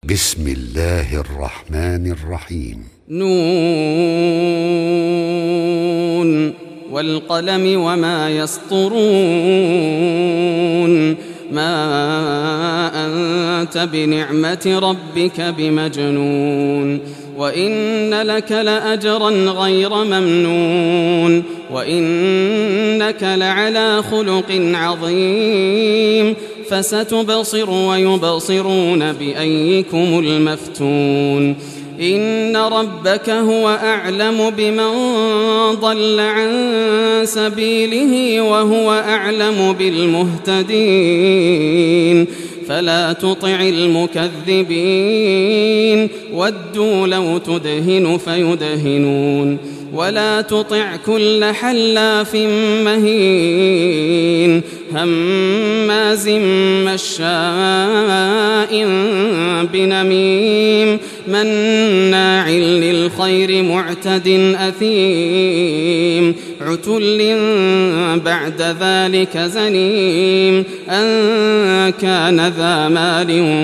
بسم الله الرحمن الرحيم. نون والقلم وما يسطرون ما أنت بنعمة ربك بمجنون وإن لك لأجرا غير ممنون وإنك لعلى خلق عظيم فستبصر ويبصرون بأيكم المفتون إن ربك هو أعلم بمن ضل عن سبيله وهو أعلم بالمهتدين فلا تطع المكذبين ودوا لو تدهن فيدهنون ولا تطع كل حلاف مهين هماز مشاء بنميم مناع للخير معتد أثيم عتل بعد ذلك زنيم أن كان ذا مال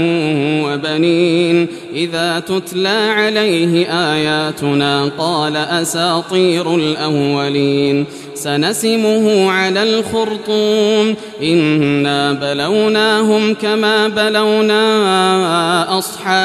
وبنين إذا تتلى عليه آياتنا قال أساطير الأولين سنسمه على الخرطوم إنا بلوناهم كما بلونا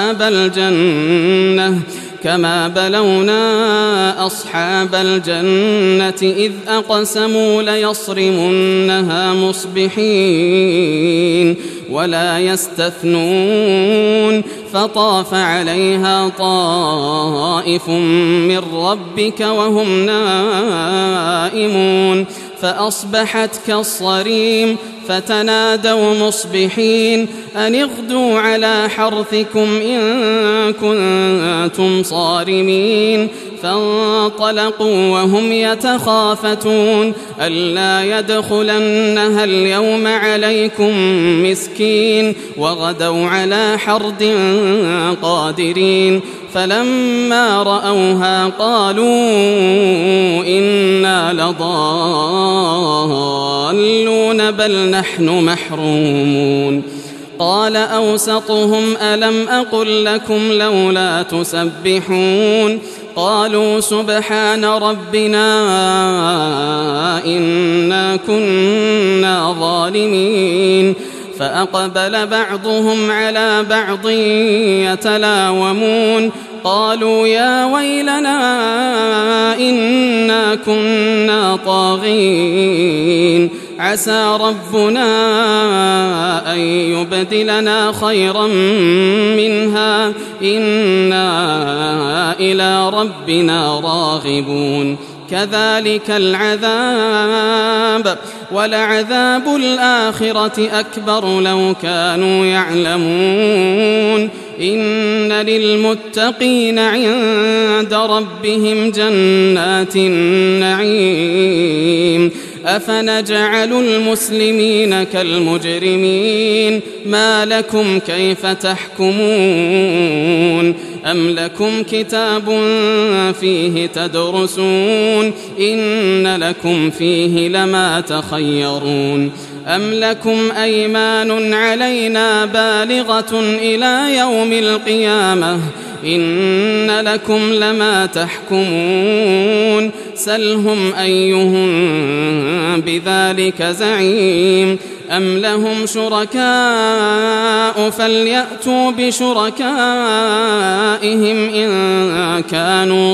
أصحاب الجنة إذ أقسموا ليصرمنها مصبحين ولا يستثنون فطاف عليها طائف من ربك وهم نائمون فأصبحت كالصريم فتنادوا مصبحين أن اغدوا على حرثكم إن كنتم صارمين فانطلقوا وهم يتخافتون ألا يدخلنها اليوم عليكم مسكين وغدوا على حرد قادرين فلما رأوها قالوا إنا لضالون بل نحن محرومون قال أوسطهم ألم أقل لكم لولا تسبحون قالوا سبحان ربنا إنا كنا ظالمين فأقبل بعضهم على بعض يتلاومون قالوا يا ويلنا إنا كنا طاغين عسى ربنا أن يبدلنا خيرا منها إنا إلى ربنا راغبون كذلك العذاب ولعذاب الآخرة أكبر لو كانوا يعلمون إن للمتقين عند ربهم جنات النعيم أفنجعل المسلمين كالمجرمين ما لكم كيف تحكمون أم لكم كتاب فيه تدرسون إن لكم فيه لما تخيرون أم لكم أيمان علينا بالغة إلى يوم القيامة إن لكم لما تحكمون سلهم أيهم بذلك زعيم أم لهم شركاء فليأتوا بشركائهم إن كانوا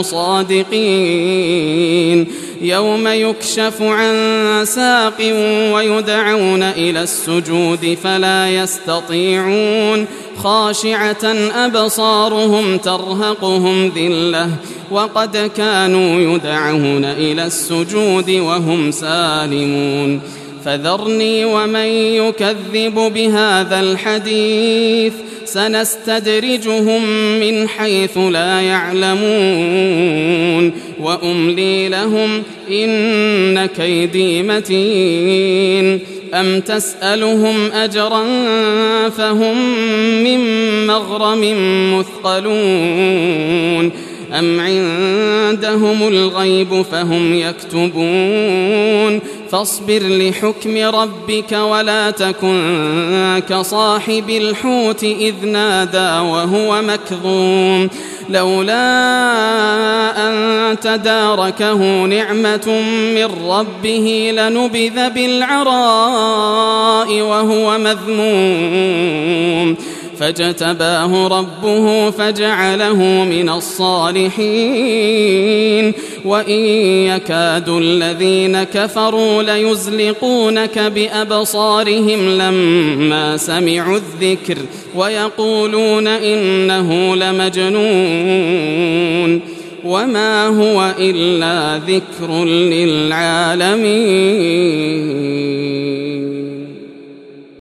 صادقين يوم يكشف عن ساق ويدعون إلى السجود فلا يستطيعون خاشعة أبصارهم ترهقهم ذلة وقد كانوا يدعون إلى السجود وهم سالمون فذرني ومن يكذب بهذا الحديث سنستدرجهم من حيث لا يعلمون وأملي لهم إن كيدي متين أم تسألهم أجرا فهم من مغرم مثقلون أم عندهم الغيب فهم يكتبون فاصبر لحكم ربك ولا تكن كصاحب الحوت إذ نادى وهو مكظوم لولا أن تداركه نعمة من ربه لنبذ بالعراء وهو مذموم فاجتباه ربه فجعله من الصالحين وإن يكاد الذين كفروا ليزلقونك بأبصارهم لما سمعوا الذكر ويقولون إنه لمجنون وما هو إلا ذكر للعالمين.